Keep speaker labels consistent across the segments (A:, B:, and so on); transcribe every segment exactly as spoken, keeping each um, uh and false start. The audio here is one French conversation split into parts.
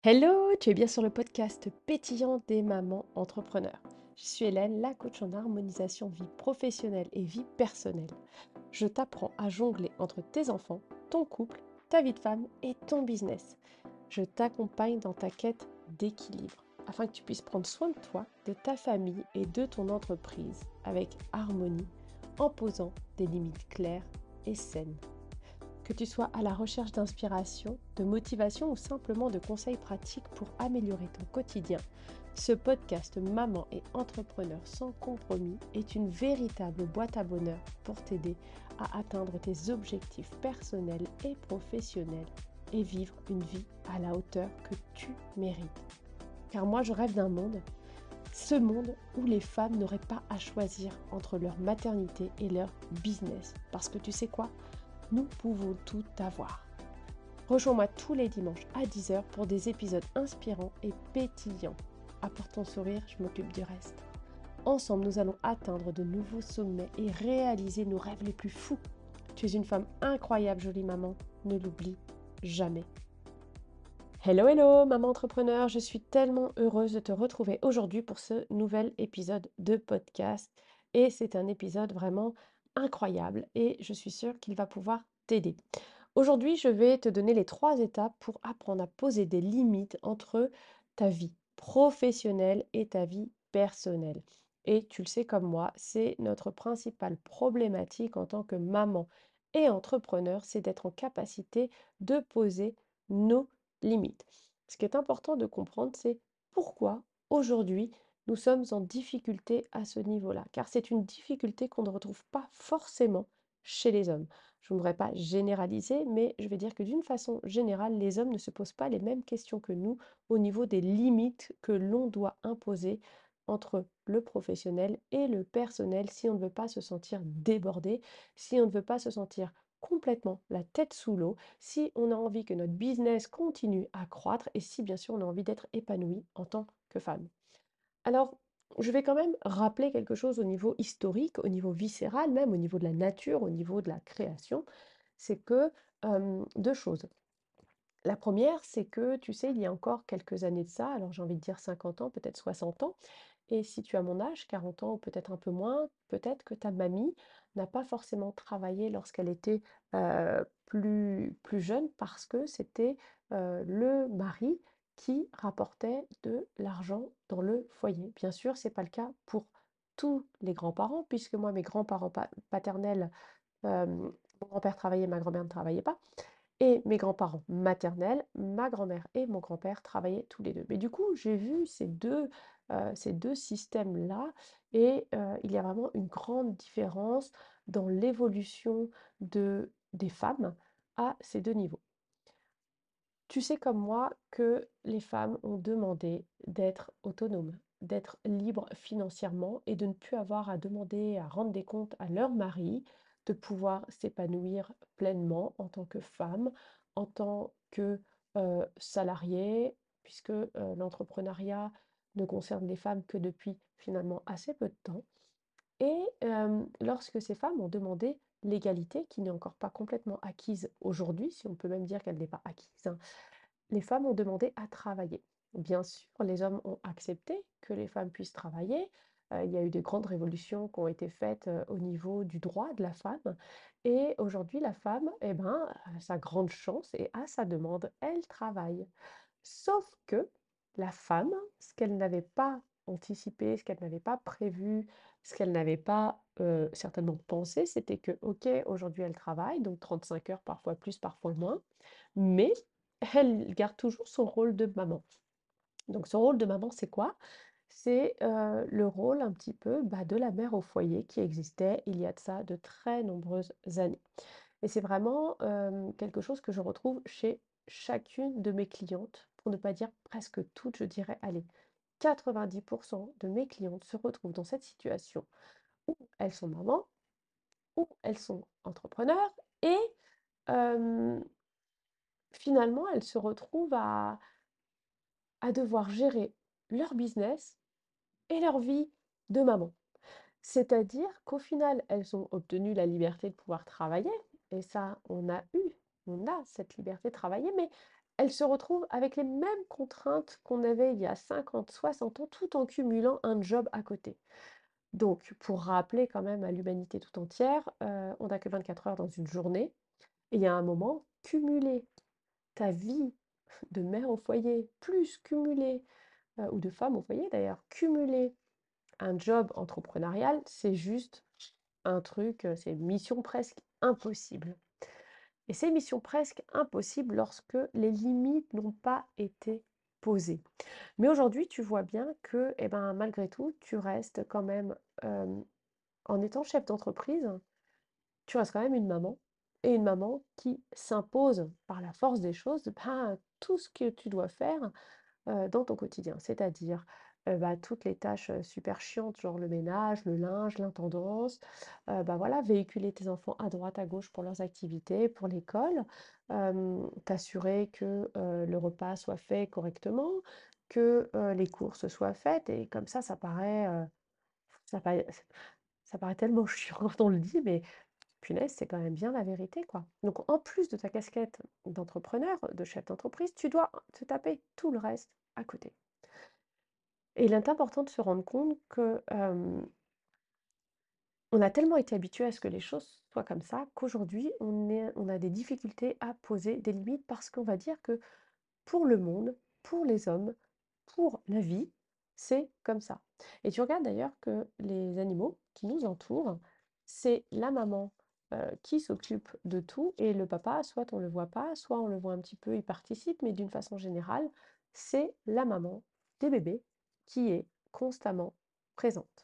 A: Hello, tu es bien sur le podcast pétillant des mamans entrepreneurs. Je suis Hélène, la coach en harmonisation vie professionnelle et vie personnelle. Je t'apprends à jongler entre tes enfants, ton couple, ta vie de femme et ton business. Je t'accompagne dans ta quête d'équilibre afin que tu puisses prendre soin de toi, de ta famille et de ton entreprise avec harmonie en posant des limites claires et saines. Que tu sois à la recherche d'inspiration, de motivation ou simplement de conseils pratiques pour améliorer ton quotidien, ce podcast Maman et Entrepreneur sans compromis est une véritable boîte à bonheur pour t'aider à atteindre tes objectifs personnels et professionnels et vivre une vie à la hauteur que tu mérites. Car moi, je rêve d'un monde, ce monde où les femmes n'auraient pas à choisir entre leur maternité et leur business. Parce que tu sais quoi? Nous pouvons tout avoir. Rejoins-moi tous les dimanches à dix heures pour des épisodes inspirants et pétillants. Apporte ton sourire, je m'occupe du reste. Ensemble, nous allons atteindre de nouveaux sommets et réaliser nos rêves les plus fous. Tu es une femme incroyable, jolie maman. Ne l'oublie jamais. Hello, hello, maman entrepreneur. Je suis tellement heureuse de te retrouver aujourd'hui pour ce nouvel épisode de podcast. Et c'est un épisode vraiment incroyable et je suis sûre qu'il va pouvoir t'aider. Aujourd'hui, je vais te donner les trois étapes pour apprendre à poser des limites entre ta vie professionnelle et ta vie personnelle. Et tu le sais comme moi, c'est notre principale problématique en tant que maman et entrepreneur, c'est d'être en capacité de poser nos limites. Ce qui est important de comprendre, c'est pourquoi aujourd'hui nous sommes en difficulté à ce niveau-là, car c'est une difficulté qu'on ne retrouve pas forcément chez les hommes. Je ne voudrais pas généraliser, mais je vais dire que d'une façon générale, les hommes ne se posent pas les mêmes questions que nous au niveau des limites que l'on doit imposer entre le professionnel et le personnel si on ne veut pas se sentir débordé, si on ne veut pas se sentir complètement la tête sous l'eau, si on a envie que notre business continue à croître et si bien sûr on a envie d'être épanoui en tant que femme. Alors, je vais quand même rappeler quelque chose au niveau historique, au niveau viscéral, même au niveau de la nature, au niveau de la création, c'est que euh, deux choses. La première, c'est que, tu sais, il y a encore quelques années de ça, alors j'ai envie de dire cinquante ans, peut-être soixante ans, et si tu as mon âge, quarante ans ou peut-être un peu moins, peut-être que ta mamie n'a pas forcément travaillé lorsqu'elle était euh, plus, plus jeune parce que c'était euh, le mari qui rapportait de l'argent dans le foyer. Bien sûr, ce n'est pas le cas pour tous les grands-parents, puisque moi, mes grands-parents pa- paternels, euh, mon grand-père travaillait, ma grand-mère ne travaillait pas. Et mes grands-parents maternels, ma grand-mère et mon grand-père travaillaient tous les deux. Mais du coup, j'ai vu ces deux, euh, ces deux systèmes-là et euh, il y a vraiment une grande différence dans l'évolution de, des femmes à ces deux niveaux. Tu sais comme moi que les femmes ont demandé d'être autonomes, d'être libres financièrement et de ne plus avoir à demander à rendre des comptes à leur mari, de pouvoir s'épanouir pleinement en tant que femme, en tant que euh, salariée, puisque euh, l'entrepreneuriat ne concerne les femmes que depuis finalement assez peu de temps. Et euh, lorsque ces femmes ont demandé l'égalité, qui n'est encore pas complètement acquise aujourd'hui, si on peut même dire qu'elle n'est pas acquise, hein, les femmes ont demandé à travailler. Bien sûr, les hommes ont accepté que les femmes puissent travailler. Euh, il y a eu de grandes révolutions qui ont été faites euh, au niveau du droit de la femme. Et aujourd'hui, la femme, eh ben, a sa grande chance et à sa demande, elle travaille. Sauf que la femme, ce qu'elle n'avait pas anticipé, ce qu'elle n'avait pas prévu, ce qu'elle n'avait pas euh, certainement pensé, c'était que, ok, aujourd'hui elle travaille, donc trente-cinq heures, parfois plus, parfois moins, mais elle garde toujours son rôle de maman. Donc son rôle de maman, c'est quoi? C'est euh, le rôle un petit peu bah, de la mère au foyer qui existait il y a de ça de très nombreuses années. Et c'est vraiment euh, quelque chose que je retrouve chez chacune de mes clientes, pour ne pas dire presque toutes, je dirais, allez, quatre-vingt-dix pour cent de mes clientes se retrouvent dans cette situation où elles sont mamans, où elles sont entrepreneurs et euh, finalement elles se retrouvent à à devoir gérer leur business et leur vie de maman. C'est-à-dire qu'au final, elles ont obtenu la liberté de pouvoir travailler, et ça, on a eu, on a cette liberté de travailler, mais elle se retrouve avec les mêmes contraintes qu'on avait il y a cinquante, soixante ans, tout en cumulant un job à côté. Donc, pour rappeler quand même à l'humanité tout entière, heu, on n'a que vingt-quatre heures dans une journée et il y a un moment, cumuler ta vie de mère au foyer, plus cumuler, heu, ou de femme au foyer d'ailleurs, cumuler un job entrepreneurial, c'est juste un truc, heu, c'est mission presque impossible. Et c'est mission presque impossible lorsque les limites n'ont pas été posées. Mais aujourd'hui, tu vois bien que, eh ben, malgré tout, tu restes quand même, hem, en étant chef d'entreprise, tu restes quand même une maman et une maman qui s'impose par la force des choses, ben, tout ce que tu dois faire, heu, dans ton quotidien. C'est-à-dire, heu, bah, toutes les tâches, heu, super chiantes, genre le ménage, le linge, l'intendance, heu, bah, voilà, véhiculer tes enfants à droite, à gauche pour leurs activités, pour l'école, hem, t'assurer que, heu, le repas soit fait correctement, que, heu, les courses soient faites et comme ça, ça paraît, heu, ça paraît ça paraît tellement chiant quand on le dit, mais punaise, c'est quand même bien la vérité, quoi. Donc en plus de ta casquette d'entrepreneur, de chef d'entreprise, tu dois te taper tout le reste à côté. Et il est important de se rendre compte que, hem, on a tellement été habitué à ce que les choses soient comme ça, qu'aujourd'hui on est on a des difficultés à poser des limites parce qu'on va dire que pour le monde, pour les hommes, pour la vie, c'est comme ça. Et tu regardes d'ailleurs que les animaux qui nous entourent, c'est la maman, heu, qui s'occupe de tout et le papa, soit on le voit pas, soit on le voit un petit peu, il participe, mais d'une façon générale, c'est la maman des bébés qui est constamment présente.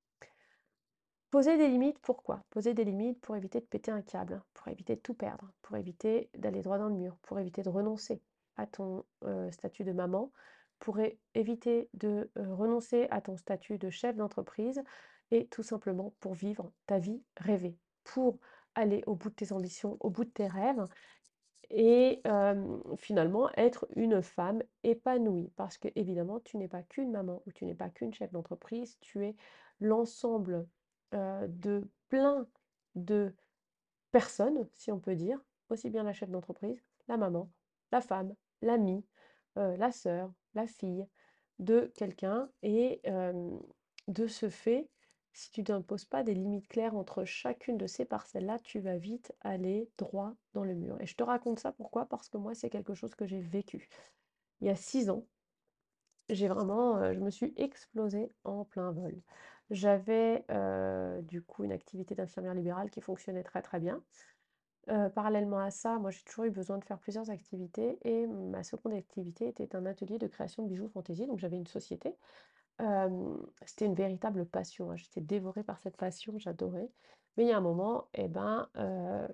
A: Poser des limites, pourquoi? Poser des limites pour éviter de péter un câble, pour éviter de tout perdre, pour éviter d'aller droit dans le mur, pour éviter de renoncer à ton, heu, statut de maman, pour é éviter de, heu, renoncer à ton statut de chef d'entreprise et tout simplement pour vivre ta vie rêvée, pour aller au bout de tes ambitions, au bout de tes rêves et hem, finalement être une femme épanouie. Parce que évidemment, tu n'es pas qu'une maman ou tu n'es pas qu'une chef d'entreprise, tu es l'ensemble, heu, de plein de personnes, si on peut dire, aussi bien la chef d'entreprise, la maman, la femme, l'amie, heu, la sœur, la fille de quelqu'un et hem, de ce fait, si tu t'imposes pas des limites claires entre chacune de ces parcelles-là, tu vas vite aller droit dans le mur et je te raconte ça pourquoi? Parce que moi, c'est quelque chose que j'ai vécu. Il y a six ans, j'ai vraiment, heu, je me suis explosée en plein vol. J'avais, heu, du coup, une activité d'infirmière libérale qui fonctionnait très, très bien. Heu, parallèlement à ça, moi, j'ai toujours eu besoin de faire plusieurs activités et ma seconde activité était un atelier de création de bijoux fantaisie, donc j'avais une société. Hem, c'était une véritable passion, hein, j'étais dévorée par cette passion, j'adorais. Mais il y a un moment et ben, heu,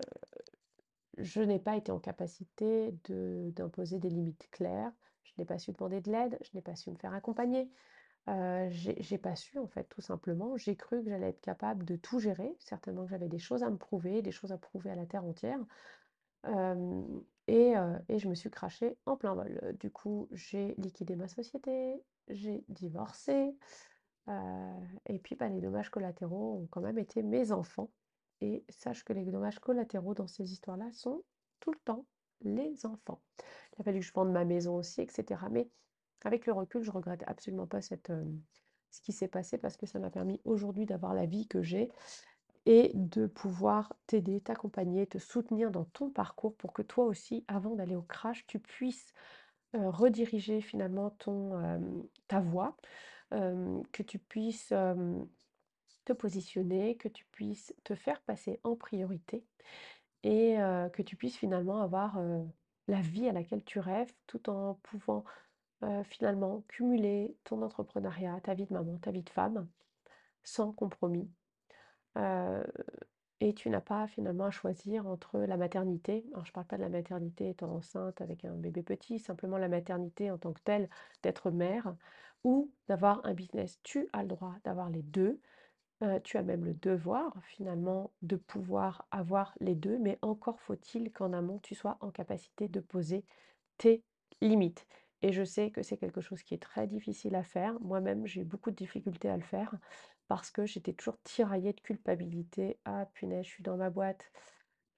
A: je n'ai pas été en capacité de d'imposer des limites claires. Je n'ai pas su demander de l'aide, je n'ai pas su me faire accompagner. Heu, j'ai j'ai pas su en fait, tout simplement. J'ai cru que j'allais être capable de tout gérer, certainement que j'avais des choses à me prouver, des choses à prouver à la terre entière. Hem et heu et je me suis crashée en plein vol. Heu, du coup, j'ai liquidé ma société, j'ai divorcé, heu et puis, bah, les dommages collatéraux ont quand même été mes enfants et sache que les dommages collatéraux dans ces histoires-là sont tout le temps les enfants. Il a fallu que je vende ma maison aussi et cetera mais avec le recul, je regrette absolument pas cette, hem, ce qui s'est passé parce que ça m'a permis aujourd'hui d'avoir la vie que j'ai et de pouvoir t'aider, t'accompagner, te soutenir dans ton parcours pour que toi aussi, avant d'aller au crash, tu puisses, heu, rediriger finalement ton, hem, ta voie, hem, que tu puisses, hem, te positionner, que tu puisses te faire passer en priorité et heu, que tu puisses finalement avoir, heu, la vie à laquelle tu rêves tout en pouvant, heu, finalement cumuler ton entrepreneuriat, ta vie de maman, ta vie de femme, sans compromis. Heu et tu n'as pas finalement à choisir entre la maternité, alors je ne parle pas de la maternité étant enceinte avec un bébé petit, simplement la maternité en tant que telle, d'être mère ou d'avoir un business. Tu as le droit d'avoir les deux. Heu, tu as même le devoir finalement de pouvoir avoir les deux, mais encore faut-il qu'en amont, tu sois en capacité de poser tes limites et je sais que c'est quelque chose qui est très difficile à faire. Moi-même, j'ai eu beaucoup de difficultés à le faire parce que j'étais toujours tiraillée de culpabilité. «Ah punaise, je suis dans ma boîte,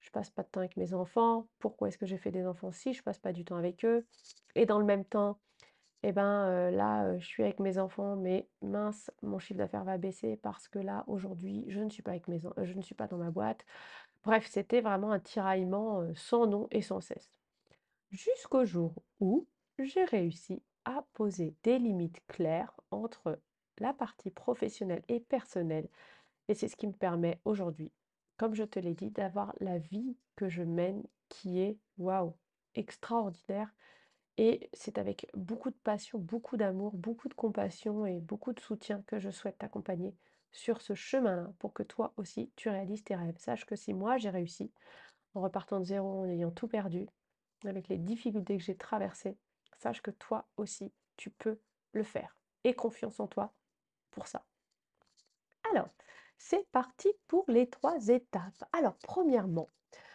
A: je passe pas de temps avec mes enfants. Pourquoi est-ce que j'ai fait des enfants si je passe pas du temps avec eux? Et dans le même temps, eh ben, heu, là, heu, je suis avec mes enfants, mais mince, mon chiffre d'affaires va baisser parce que là, aujourd'hui, je ne suis pas avec mes en je ne suis pas dans ma boîte. Bref, c'était vraiment un tiraillement, heu, sans nom et sans cesse. Jusqu'au jour où j'ai réussi à poser des limites claires entre la partie professionnelle et personnelle. Et c'est ce qui me permet aujourd'hui, comme je te l'ai dit, d'avoir la vie que je mène qui est, waouh, extraordinaire. Et c'est avec beaucoup de passion, beaucoup d'amour, beaucoup de compassion et beaucoup de soutien que je souhaite t'accompagner sur ce chemin-là pour que toi aussi tu réalises tes rêves. Sache que si moi j'ai réussi en repartant de zéro, en ayant tout perdu, avec les difficultés que j'ai traversées, sache que toi aussi tu peux le faire. Aie confiance en toi pour ça. Alors, c'est parti pour les trois étapes. Alors, premièrement,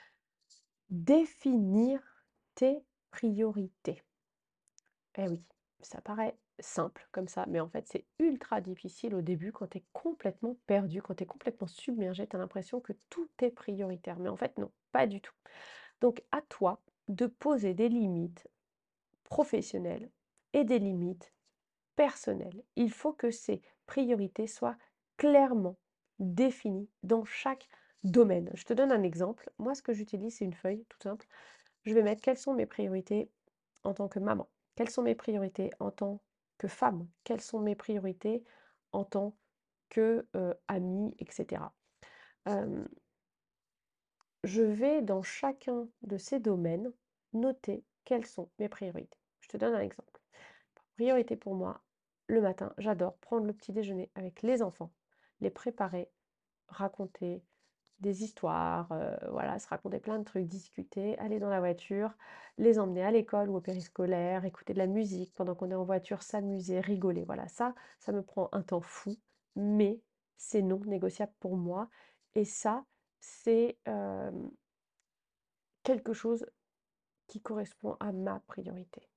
A: définir tes priorités. Eh oui, ça paraît simple comme ça, mais en fait, c'est ultra difficile au début quand tu es complètement perdu, quand tu es complètement submergé, tu as l'impression que tout est prioritaire. Mais en fait, non, pas du tout. Donc, à toi de poser des limites professionnelles et des limites personnelles. Il faut que ces priorités soient clairement définies dans chaque domaine. Je te donne un exemple. Moi, ce que j'utilise, c'est une feuille toute simple. Je vais mettre quelles sont mes priorités en tant que maman, quelles sont mes priorités en tant que femme, quelles sont mes priorités en tant que euh, amie, et cetera. Euh, je vais dans chacun de ces domaines noter quelles sont mes priorités. Je te donne un exemple. Priorité pour moi, le matin, j'adore prendre le petit déjeuner avec les enfants, les préparer, raconter des histoires, euh, voilà, se raconter plein de trucs, discuter, aller dans la voiture, les emmener à l'école ou au périscolaire, écouter de la musique pendant qu'on est en voiture, s'amuser, rigoler. Voilà, ça, ça me prend un temps fou, mais c'est non négociable pour moi. Et ça, c'est euh, quelque chose qui correspond à ma priorité.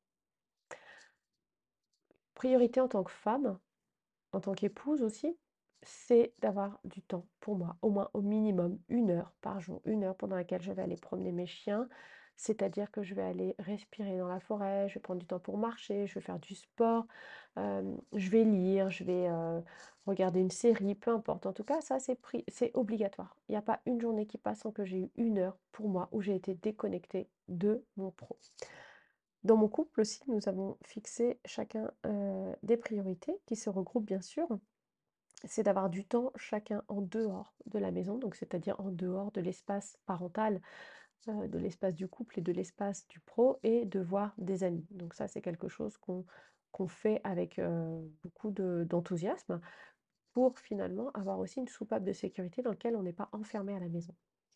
A: Priorité en tant que femme, en tant qu'épouse aussi, c'est d'avoir du temps pour moi, au moins au minimum une heure par jour, une heure pendant laquelle je vais aller promener mes chiens, c'est-à-dire que je vais aller respirer dans la forêt, je vais prendre du temps pour marcher, je vais faire du sport, euh, je vais lire, je vais euh, regarder une série, peu importe. En tout cas, ça, c'est pri- c'est obligatoire. Il n'y a pas une journée qui passe sans que j'ai eu une heure pour moi où j'ai été déconnectée de mon pro. Dans mon couple aussi, nous avons fixé chacun euh, des priorités qui se regroupent bien sûr. C'est d'avoir du temps chacun en dehors de la maison, donc c'est-à-dire en dehors de l'espace parental, euh, de l'espace du couple et de l'espace du pro, et de voir des amis. Donc ça, c'est quelque chose qu'on qu'on fait avec euh, beaucoup de- d'enthousiasme pour finalement avoir aussi une soupape de sécurité dans laquelle on n'est pas enfermé à la maison.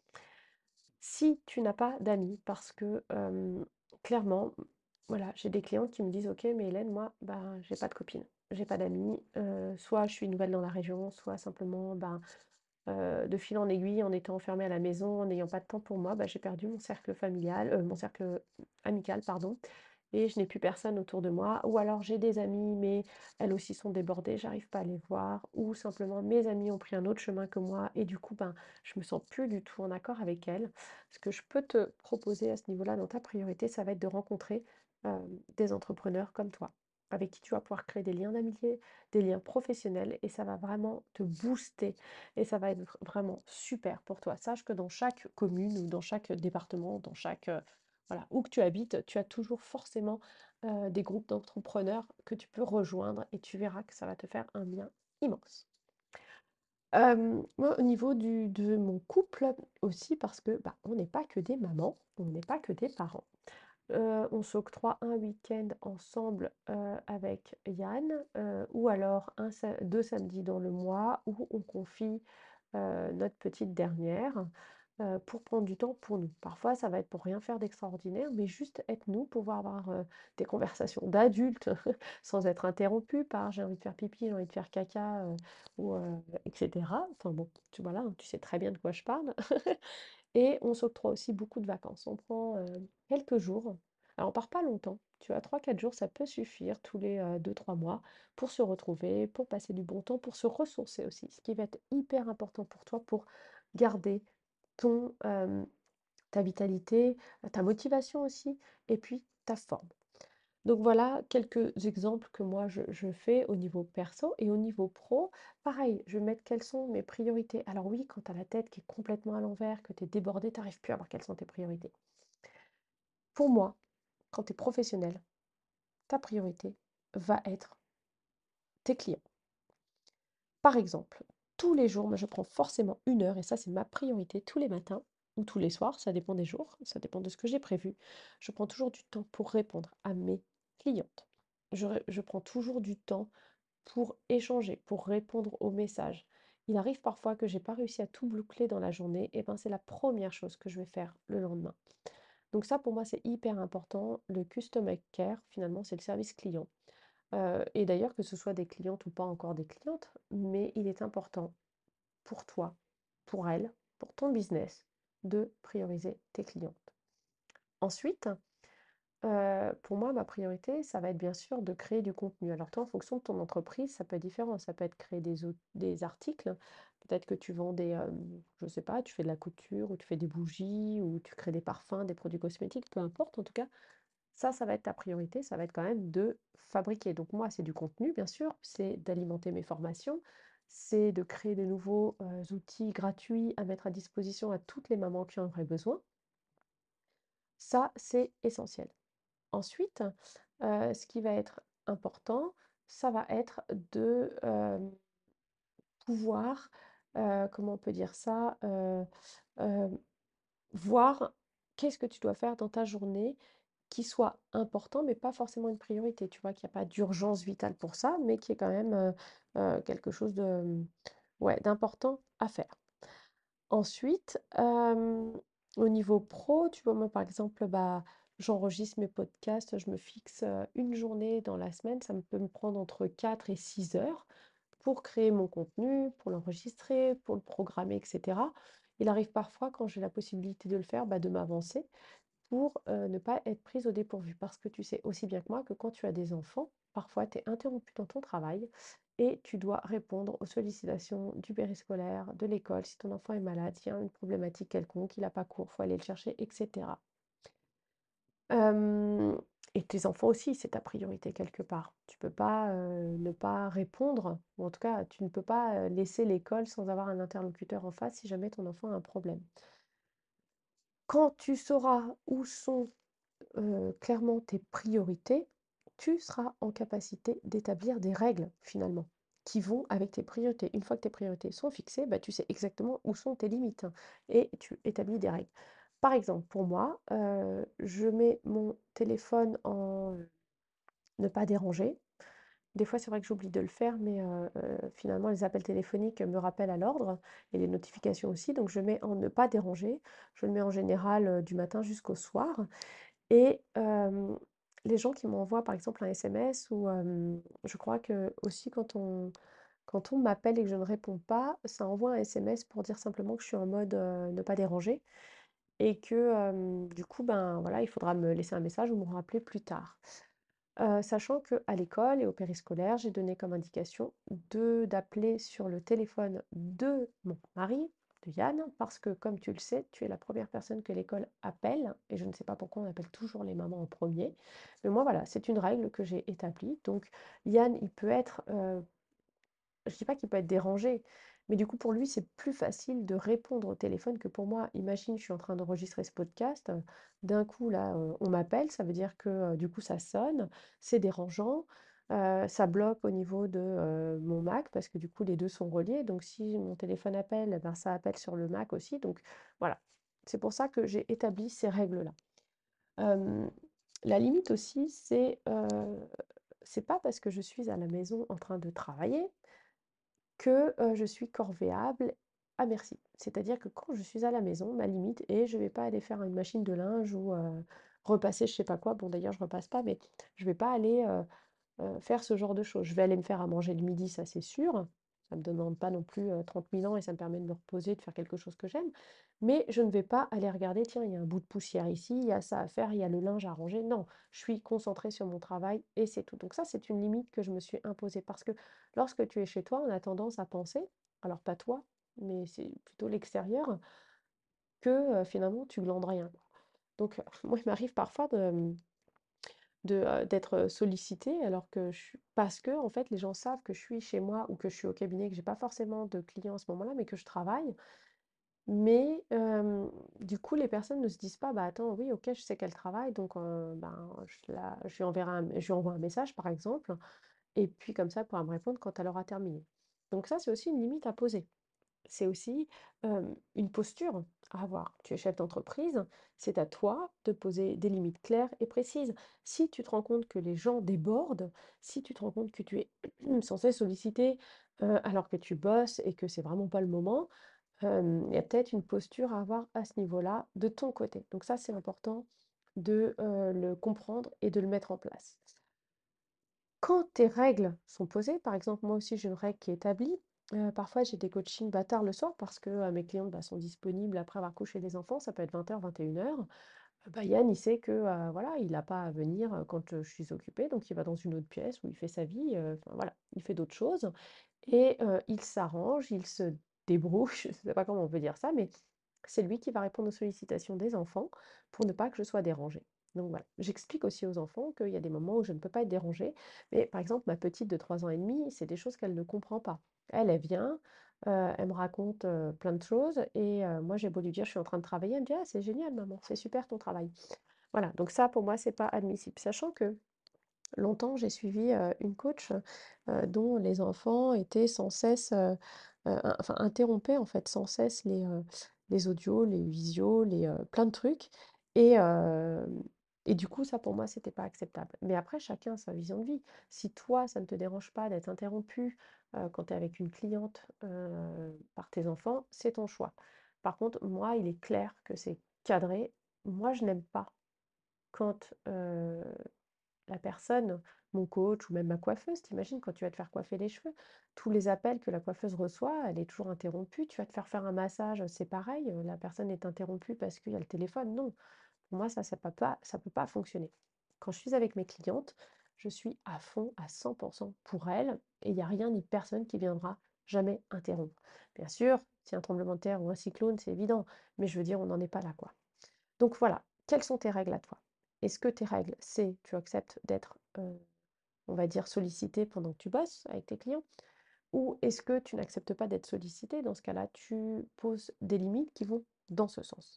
A: Si tu n'as pas d'amis, parce que euh, clairement, voilà, j'ai des clientes qui me disent: OK, mais Hélène, moi, ben, j'ai pas de copine, j'ai pas d'amis, euh, soit je suis nouvelle dans la région, soit simplement, ben, euh, de fil en aiguille, en étant enfermée à la maison, en n'ayant pas de temps pour moi, ben, j'ai perdu mon cercle familial, euh, mon cercle amical, pardon, et je n'ai plus personne autour de moi. Ou alors j'ai des amies, mais elles aussi sont débordées, j'arrive pas à les voir. Ou simplement mes amis ont pris un autre chemin que moi et du coup, ben, je me sens plus du tout en accord avec elles. Ce que je peux te proposer à ce niveau-là dans ta priorité, ça va être de rencontrer euh, des entrepreneurs comme toi, avec qui tu vas pouvoir créer des liens d'amitié, des liens professionnels, et ça va vraiment te booster et ça va être vraiment super pour toi. Sache que dans chaque commune ou dans chaque département, dans chaque euh, voilà, où que tu habites, tu as toujours forcément euh, des groupes d'entrepreneurs que tu peux rejoindre et tu verras que ça va te faire un bien immense. Euh, moi, au niveau du, de mon couple aussi, parce que bah, on n'est pas que des mamans, on n'est pas que des parents. Euh, on s'octroie un week-end ensemble euh, avec Yann, euh, ou alors un, sa- deux samedis dans le mois où on confie euh, notre petite dernière euh, pour prendre du temps pour nous. Parfois, ça va être pour rien faire d'extraordinaire, mais juste être nous, pouvoir avoir euh, des conversations d'adultes sans être interrompu par j'ai envie de faire pipi, j'ai envie de faire caca, euh, ou, euh, et cetera. Enfin bon, tu, voilà, hein, tu sais très bien de quoi je parle. Et on s'octroie aussi beaucoup de vacances. On prend euh, quelques jours. Alors on part pas longtemps. Tu vois, trois quatre jours, ça peut suffire tous les euh, deux trois mois pour se retrouver, pour passer du bon temps, pour se ressourcer aussi. Ce qui va être hyper important pour toi pour garder ton, euh, ta vitalité, ta motivation aussi et puis ta forme. Donc voilà quelques exemples que moi je je fais au niveau perso et au niveau pro, pareil, je vais mettre quelles sont mes priorités. Alors oui, quand tu as la tête qui est complètement à l'envers, que tu es débordé, tu arrives plus à voir quelles sont tes priorités. Pour moi, quand tu es professionnel, ta priorité va être tes clients. Par exemple, tous les jours, moi je prends forcément une heure, et ça c'est ma priorité tous les matins ou tous les soirs, ça dépend des jours, ça dépend de ce que j'ai prévu. Je prends toujours du temps pour répondre à mes clientes. Je, ré- je prends toujours du temps pour échanger, pour répondre aux messages. Il arrive parfois que j'ai pas réussi à tout boucler dans la journée, et ben c'est la première chose que je vais faire le lendemain. Donc ça pour moi c'est hyper important. Le customer care, finalement, c'est le service client. Heu et d'ailleurs que ce soit des clientes ou pas encore des clientes, mais il est important pour toi, pour elles, pour ton business, de prioriser tes clientes. Ensuite, heu, pour moi, ma priorité, ça va être bien sûr de créer du contenu. Alors toi, en fonction de ton entreprise, ça peut être différent. Ça peut être créer des au des articles, peut-être que tu vends des, hem, je sais pas, tu fais de la couture ou tu fais des bougies ou tu crées des parfums, des produits cosmétiques, peu importe. En tout cas, ça, ça va être ta priorité, ça va être quand même de fabriquer. Donc moi, c'est du contenu, bien sûr, c'est d'alimenter mes formations, c'est de créer de nouveaux euh, outils gratuits à mettre à disposition à toutes les mamans qui en auraient besoin. Ça, c'est essentiel. Ensuite, euh, ce qui va être important, ça va être de euh, pouvoir, euh, comment on peut dire ça, euh, euh, voir qu'est-ce que tu dois faire dans ta journée qui soit important, mais pas forcément une priorité. Tu vois qu'il y a pas d'urgence vitale pour ça, mais qui est quand même, heu heu, quelque chose de, mmh, ouais, d'important à faire. Ensuite, hem, au niveau pro, tu vois, moi, par exemple, bah, j'enregistre mes podcasts, je me fixe, heu, une journée dans la semaine, ça me peut me prendre entre quatre et six heures pour créer mon contenu, pour l'enregistrer, pour le programmer et cetera. Il arrive parfois, quand j'ai la possibilité de le faire, bah, de m'avancer pour, heu, ne pas être prise au dépourvu. Parce que tu sais aussi bien que moi que quand tu as des enfants, parfois tu es interrompu dans ton travail et tu dois répondre aux sollicitations du périscolaire, de l'école. Si ton enfant est malade, s'il y a une problématique quelconque, il n'a pas cours, il faut aller le chercher et cetera. Hem et tes enfants aussi, c'est ta priorité quelque part. Tu peux pas, heu, ne pas répondre, ou en tout cas, tu ne peux pas, heu, laisser l'école sans avoir un interlocuteur en face si jamais ton enfant a un problème. Quand tu sauras où sont heu, clairement tes priorités, tu seras en capacité d'établir des règles finalement, qui vont avec tes priorités. Une fois que tes priorités sont fixées, bah, tu sais exactement où sont tes limites, hein, et tu établis des règles. Par exemple, pour moi, heu, je mets mon téléphone en ne pas déranger. Des fois, c'est vrai que j'oublie de le faire, mais heu heu, finalement, les appels téléphoniques me rappellent à l'ordre et les notifications aussi, donc je mets en ne pas déranger. Je le mets en général, heu, du matin jusqu'au soir. Et hem, les gens qui m'envoient par exemple un S M S ou hem, je crois que aussi quand on quand on m'appelle et que je ne réponds pas, ça envoie un S M S pour dire simplement que je suis en mode, heu, ne pas déranger et que, hem, du coup, ben, voilà, il faudra me laisser un message ou me rappeler plus tard. Heu, sachant qu'à l'école et au périscolaire, j'ai donné comme indication de d'appeler sur le téléphone de mon mari, de Yann, parce que comme tu le sais, tu es la première personne que l'école appelle et je ne sais pas pourquoi on appelle toujours les mamans en premier. Mais moi, voilà, c'est une règle que j'ai établie. Donc Yann, il peut être, heu je dis pas qu'il peut être dérangé, mais du coup, pour lui, c'est plus facile de répondre au téléphone que pour moi. Imagine, je suis en train d'enregistrer ce podcast, heu, d'un coup, là, heu, on m'appelle, ça veut dire que, heu, du coup, ça sonne, c'est dérangeant, heu, ça bloque au niveau de, heu, mon Mac parce que, du coup, les deux sont reliés. Donc si mon téléphone appelle, eh ben, ça appelle sur le Mac aussi. Donc voilà, c'est pour ça que j'ai établi ces règles-là. Hem, la limite aussi, c'est, heu, c'est pas parce que je suis à la maison en train de travailler que, heu, je suis corvéable à merci. C'est-à-dire que quand je suis à la maison, ma limite est je vais pas aller faire une machine de linge ou, heu, repasser je sais pas quoi. Bon d'ailleurs je repasse pas, mais je vais pas aller, heu heu, faire ce genre de choses. Je vais aller me faire à manger le midi, ça c'est sûr. Ça me demande pas non plus, heu, trente mille ans et ça me permet de me reposer, de faire quelque chose que j'aime. Mais je ne vais pas aller regarder: «Tiens, il y a un bout de poussière ici, il y a ça à faire, il y a le linge à ranger». Non, je suis concentrée sur mon travail et c'est tout. Donc ça, c'est une limite que je me suis imposée parce que lorsque tu es chez toi, on a tendance à penser, alors pas toi, mais c'est plutôt l'extérieur, que, heu, finalement tu glandes rien, quoi. Donc, heu, moi, il m'arrive parfois de, mmh, de, heu, d'être sollicitée alors que je suis parce que en fait, les gens savent que je suis chez moi ou que je suis au cabinet, que j'ai pas forcément de clients à ce moment-là, mais que je travaille. Mais, hem, du coup, les personnes ne se disent pas: «Bah, attends, oui, OK, je sais qu'elle travaille, donc heu, ben, je la je lui enverrai un je lui envoie un message», par exemple, et puis comme ça, elle pourra me répondre quand elle aura terminé. Donc ça, c'est aussi une limite à poser. C'est aussi, hem, une posture à avoir. Tu es chef d'entreprise, c'est à toi de poser des limites claires et précises. Si tu te rends compte que les gens débordent, si tu te rends compte que tu es sans cesse sollicité, heu, alors que tu bosses et que c'est vraiment pas le moment, hem, il y a peut-être une posture à avoir à ce niveau-là de ton côté. Donc ça, c'est important de, heu, le comprendre et de le mettre en place. Quand tes règles sont posées, par exemple, moi aussi j'ai une règle qui est établie. Heu, parfois j'ai des coachings, bah, tard le soir parce que, heu, mes clientes, bah, sont disponibles après avoir couché les enfants, ça peut être vingt heures, vingt et une heures. Heu, bah, Yann, il sait que, heu, voilà, il a pas à venir, heu, quand, heu, je suis occupée, donc il va dans une autre pièce où il fait sa vie, heu, enfin voilà, il fait d'autres choses et heu, il s'arrange, il se débrouille, je sais pas comment on peut dire ça, mais c'est lui qui va répondre aux sollicitations des enfants pour ne pas que je sois dérangée. Donc voilà. J'explique aussi aux enfants qu'il y a des moments où je ne peux pas être dérangée. Mais par exemple, ma petite de trois ans et demi, c'est des choses qu'elle ne comprend pas. Elle, elle vient, euh, elle me raconte euh, plein de choses et euh, moi j'ai beau lui dire je suis en train de travailler, elle me dit ah c'est génial maman, c'est super ton travail. Voilà, donc ça pour moi c'est pas admissible. Sachant que longtemps, j'ai suivi, heu, une coach, heu, dont les enfants étaient sans cesse, heu heu, in enfin interrompaient en fait sans cesse les, heu, les audios, les visios, les, heu, plein de trucs et hem et du coup ça pour moi c'était pas acceptable. Mais après chacun a sa vision de vie. Si toi ça ne te dérange pas d'être interrompu, heu, quand tu es avec une cliente, heu, par tes enfants, c'est ton choix. Par contre moi il est clair que c'est cadré. Moi je n'aime pas quand, heu la personne, mon coach ou même ma coiffeuse, tu quand tu vas te faire coiffer les cheveux, tous les appels que la coiffeuse reçoit, elle est toujours interrompue. Tu vas te faire faire un massage, c'est pareil, heu, la personne est interrompue parce qu'il y a le téléphone. Non, pour moi ça, ça peut pas ça peut pas fonctionner. Quand je suis avec mes clientes, je suis à fond, à cent pour cent pour elles et il y a rien ni personne qui viendra jamais interrompre. Bien sûr, s'il y a un tremblement de terre ou un cyclone, c'est évident, mais je veux dire, on n'en est pas là, quoi. Donc voilà, quelles sont tes règles à toi? Est-ce que tes règles, c'est tu acceptes d'être, heu, on va dire sollicité pendant que tu bosses avec tes clients? Ou est-ce que tu n'acceptes pas d'être sollicité? Dans ce cas-là, tu poses des limites qui vont dans ce sens.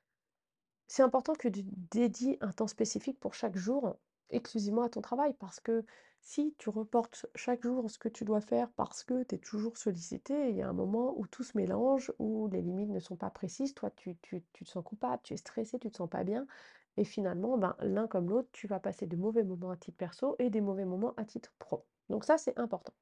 A: C'est important que tu dédies un temps spécifique pour chaque jour, exclusivement à ton travail, parce que si tu reportes chaque jour ce que tu dois faire parce que tu es toujours sollicité, il y a un moment où tout se mélange, où les limites ne sont pas précises. Toi, tu, tu- tu te sens coupable, tu es stressé, tu te sens pas bien. Et finalement, ben, l'un comme l'autre, tu vas passer de mauvais moments à titre perso et des mauvais moments à titre pro. Donc ça, c'est important.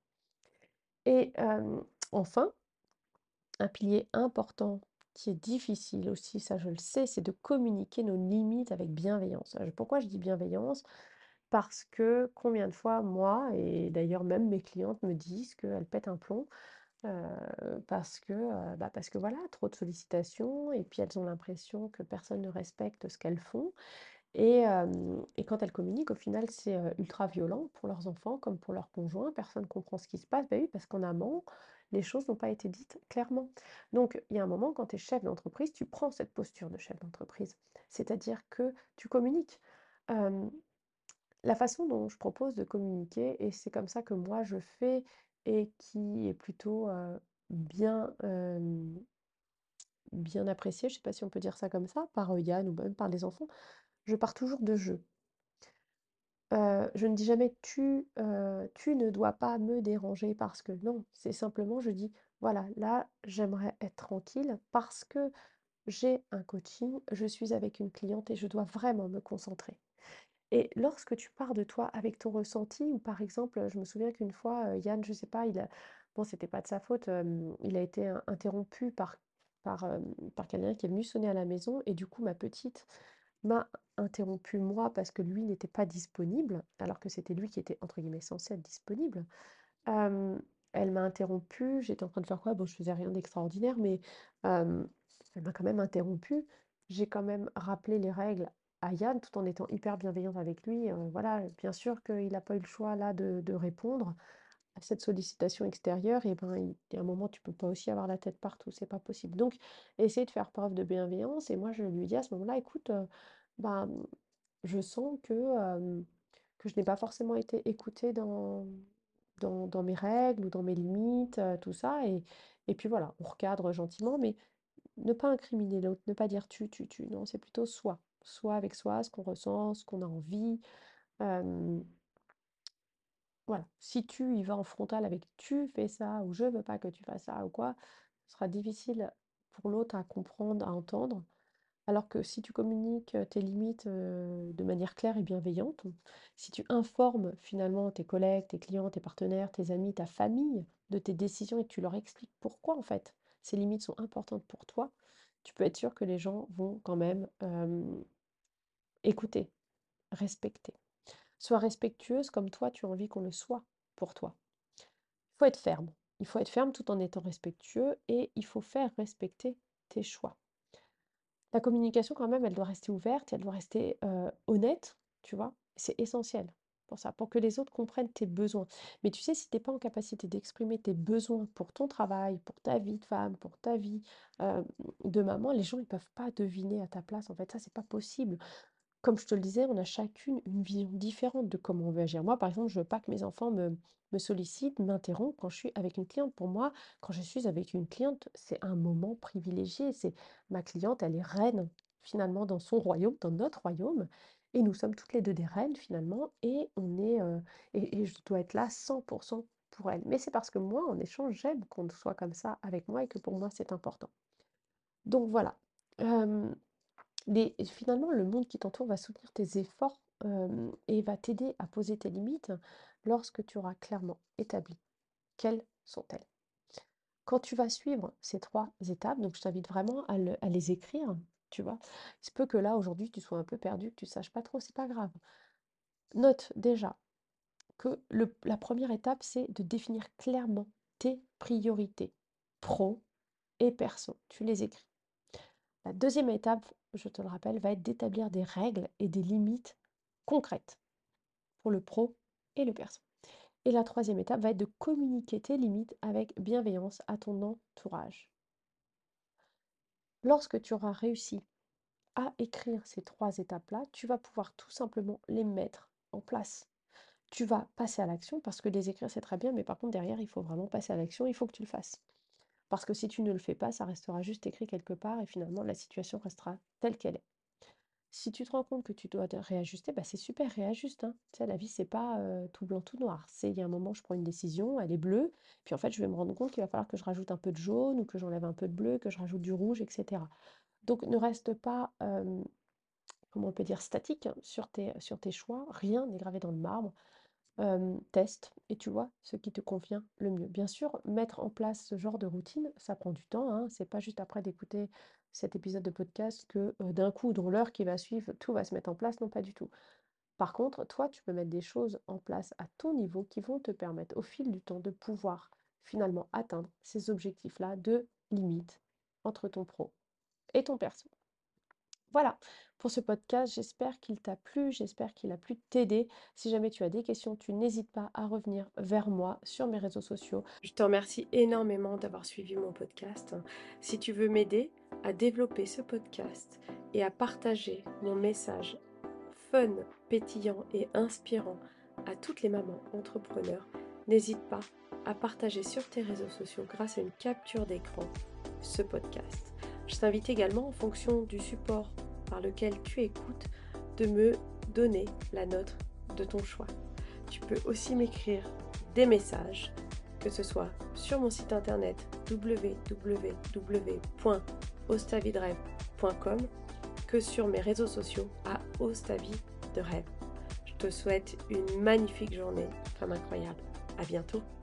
A: Et euh, enfin, un pilier important qui est difficile aussi, ça je le sais, c'est de communiquer nos limites avec bienveillance. Euh, Pourquoi je dis bienveillance? Parce que combien de fois, moi, et d'ailleurs même mes clientes me disent qu'elles pètent un plomb, euh, parce que, euh, bah, parce que voilà, trop de sollicitations, et puis elles ont l'impression que personne ne respecte ce qu'elles font. Et, hem et quand elles communiquent, au final, c'est, heu, ultra violent pour leurs enfants comme pour leurs conjoints. Personne ne comprend ce qui se passe. Bah oui, parce qu'en amont, les choses n'ont pas été dites clairement. Donc il y a un moment, quand tu es chef d'entreprise, tu prends cette posture de chef d'entreprise. C'est-à-dire que tu communiques. Hem, la façon dont je propose de communiquer, et c'est comme ça que moi je fais et qui est plutôt, heu, bien, hem, bien appréciée, je ne sais pas si on peut dire ça comme ça, par, heu, Yann ou même par les enfants, je pars toujours de «je». Heu, je ne dis jamais: «Tu, heu, tu ne dois pas me déranger parce que» non, c'est simplement je dis: «Voilà, là, j'aimerais être tranquille parce que j'ai un coaching, je suis avec une cliente et je dois vraiment me concentrer». Et lorsque tu pars de toi avec ton ressenti ou par exemple, je me souviens qu'une fois, heu, Yann, je sais pas, il a bon, c'était pas de sa faute, hem, il a été in interrompu par par, hem, par quelqu'un qui est venu sonner à la maison et du coup, ma petite m'a interrompu moi parce que lui n'était pas disponible, alors que c'était lui qui était entre guillemets «censé être disponible». Hem, Elle m'a interrompue, j'étais en train de faire quoi? Bon, je faisais rien d'extraordinaire, mais hem, elle m'a quand même interrompue. J'ai quand même rappelé les règles à Yann, tout en étant hyper bienveillante avec lui, heu, voilà, bien sûr qu'il a pas eu le choix là de de répondre, cette sollicitation extérieure, et ben, il y a un moment, tu peux pas aussi avoir la tête partout, c'est pas possible. Donc, essayer de faire preuve de bienveillance. Et moi, je lui dis à ce moment-là, écoute, euh, ben, je sens que, euh, que je n'ai pas forcément été écoutée dans, dans, dans mes règles ou dans mes limites, euh, tout ça. Et, et puis voilà, on recadre gentiment, mais ne pas incriminer l'autre, ne pas dire tu, tu, tu. Non, c'est plutôt soi. Soi avec soi, ce qu'on ressent, ce qu'on a envie. euh, voilà, si tu y vas en frontal avec tu fais ça ou je veux pas que tu fasses ça ou quoi, ce sera difficile pour l'autre à comprendre, à entendre. Alors que si tu communiques euh, tes limites euh, de manière claire et bienveillante, si tu informes finalement tes collègues, tes clients, tes partenaires, tes amis, ta famille de tes décisions et que tu leur expliques pourquoi en fait ces limites sont importantes pour toi, tu peux être sûr que les gens vont quand même euh, écouter, respecter. Sois respectueuse comme toi tu as envie qu'on le soit pour toi. Il faut être ferme. Il faut être ferme tout en étant respectueux et il faut faire respecter tes choix. La communication, quand même, elle doit rester ouverte, elle doit rester euh, honnête, tu vois. C'est essentiel pour ça, pour que les autres comprennent tes besoins. Mais tu sais, si tu n'es pas en capacité d'exprimer tes besoins pour ton travail, pour ta vie de femme, pour ta vie euh, de maman, les gens, ils ne peuvent pas deviner à ta place. En fait, ça, c'est pas possible. Comme je te le disais, on a chacune une vision différente de comment on veut agir. Moi, par exemple, je veux pas que mes enfants me, me sollicitent, m'interrompent quand je suis avec une cliente. Pour moi, quand je suis avec une cliente, c'est un moment privilégié. C'est ma cliente, elle est reine finalement dans son royaume, dans notre royaume. Et nous sommes toutes les deux des reines finalement. Et on est euh, et, et je dois être là cent pour cent pour elle. Mais c'est parce que moi, en échange, j'aime qu'on soit comme ça avec moi et que pour moi, c'est important. Donc voilà. Euh, les finalement, le monde qui t'entoure va soutenir tes efforts, hem, et va t'aider à poser tes limites lorsque tu auras clairement établi quelles sont-elles. Quand tu vas suivre ces trois étapes, donc je t'invite vraiment à le à les écrire, tu vois? Il se peut que là, aujourd'hui, tu sois un peu perdu, que tu ne saches pas trop, c'est pas grave. Note déjà que le la première étape, c'est de définir clairement tes priorités pro et perso. Tu les écris. La deuxième étape, je te le rappelle, va être d'établir des règles et des limites concrètes pour le pro et le perso. Et la troisième étape va être de communiquer tes limites avec bienveillance à ton entourage. Lorsque tu auras réussi à écrire ces trois étapes-là, tu vas pouvoir tout simplement les mettre en place. Tu vas passer à l'action parce que les écrire c'est très bien, mais par contre derrière il faut vraiment passer à l'action, il faut que tu le fasses. Parce que si tu ne le fais pas, ça restera juste écrit quelque part et finalement la situation restera telle qu'elle est. Si tu te rends compte que tu dois te réajuster, bah c'est super, réajuste, hein. Tu sais, la vie, c'est pas euh, tout blanc, tout noir. C'est, il y a un moment, je prends une décision, elle est bleue, puis en fait, je vais me rendre compte qu'il va falloir que je rajoute un peu de jaune ou que j'enlève un peu de bleu, que je rajoute du rouge, et cetera. Donc, ne reste pas, euh, comment on peut dire, statique hein, sur tes, sur tes choix. Rien n'est gravé dans le marbre. Euh, teste et tu vois ce qui te convient le mieux. Bien sûr, mettre en place ce genre de routine, ça prend du temps, hein. C'est pas juste après d'écouter cet épisode de podcast que euh, d'un coup, dans l'heure qui va suivre, tout va se mettre en place. Non, pas du tout. Par contre, toi, tu peux mettre des choses en place à ton niveau qui vont te permettre au fil du temps de pouvoir finalement atteindre ces objectifs-là de limite entre ton pro et ton perso. Voilà, pour ce podcast, j'espère qu'il t'a plu, j'espère qu'il a pu t'aider. Si jamais tu as des questions, tu n'hésites pas à revenir vers moi sur mes réseaux sociaux. Je te remercie énormément d'avoir suivi mon podcast. Si tu veux m'aider à développer ce podcast et à partager mon message fun, pétillant et inspirant à toutes les mamans entrepreneurs, n'hésite pas à partager sur tes réseaux sociaux grâce à une capture d'écran ce podcast. Je t'invite également, en fonction du support par lequel tu écoutes, de me donner la note de ton choix. Tu peux aussi m'écrire des messages, que ce soit sur mon site internet w w w point ostavidrêve point com que sur mes réseaux sociaux à Ostavi de Rêve. Je te souhaite une magnifique journée, femme incroyable. À bientôt.